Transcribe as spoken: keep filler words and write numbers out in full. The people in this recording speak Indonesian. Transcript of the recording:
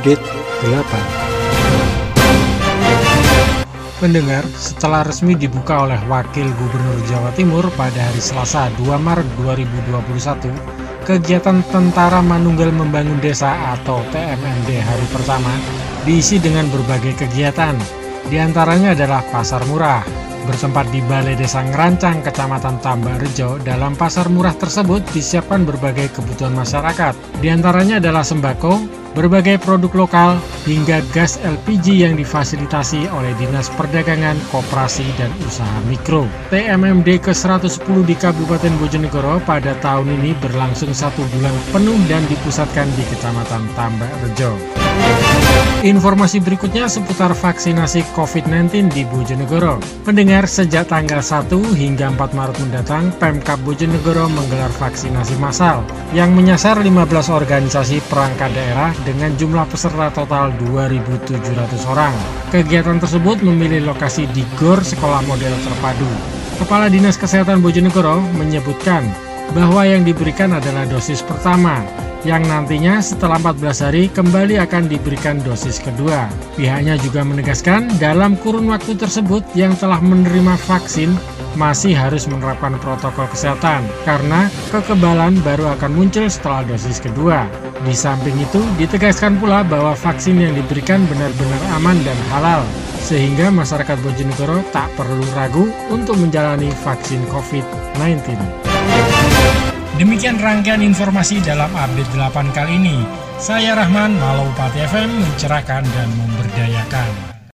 Update delapan. Pendengar, setelah resmi dibuka oleh Wakil Gubernur Jawa Timur pada hari Selasa dua Maret dua ribu dua puluh satu, kegiatan Tentara Manunggal Membangun Desa atau T M M D hari pertama diisi dengan berbagai kegiatan. Di antaranya adalah Pasar Murah. Bertempat di Balai Desa Ngerancang, Kecamatan Tambak Rejo, dalam pasar murah tersebut disiapkan berbagai kebutuhan masyarakat. Di antaranya adalah sembako, berbagai produk lokal, hingga gas L P G yang difasilitasi oleh Dinas Perdagangan, Koperasi, dan Usaha Mikro. T M M D ke seratus sepuluh di Kabupaten Bojonegoro pada tahun ini berlangsung satu bulan penuh dan dipusatkan di Kecamatan Tambak Rejo. Informasi berikutnya seputar vaksinasi covid sembilan belas di Bojonegoro. Pendengar, sejak tanggal satu hingga empat Maret mendatang, Pemkab Bojonegoro menggelar vaksinasi massal yang menyasar lima belas organisasi perangkat daerah dengan jumlah peserta total dua ribu tujuh ratus orang. Kegiatan tersebut memilih lokasi di Gor Sekolah Model Terpadu. Kepala Dinas Kesehatan Bojonegoro menyebutkan bahwa yang diberikan adalah dosis pertama, yang nantinya setelah empat belas hari kembali akan diberikan dosis kedua. Pihaknya juga menegaskan dalam kurun waktu tersebut yang telah menerima vaksin masih harus menerapkan protokol kesehatan karena kekebalan baru akan muncul setelah dosis kedua. Di samping itu ditegaskan pula bahwa vaksin yang diberikan benar-benar aman dan halal, sehingga masyarakat Bojonegoro tak perlu ragu untuk menjalani vaksin covid sembilan belas. Demikian rangkaian informasi dalam update delapan kali ini. Saya Rahman, Malopati F M, mencerahkan dan memberdayakan.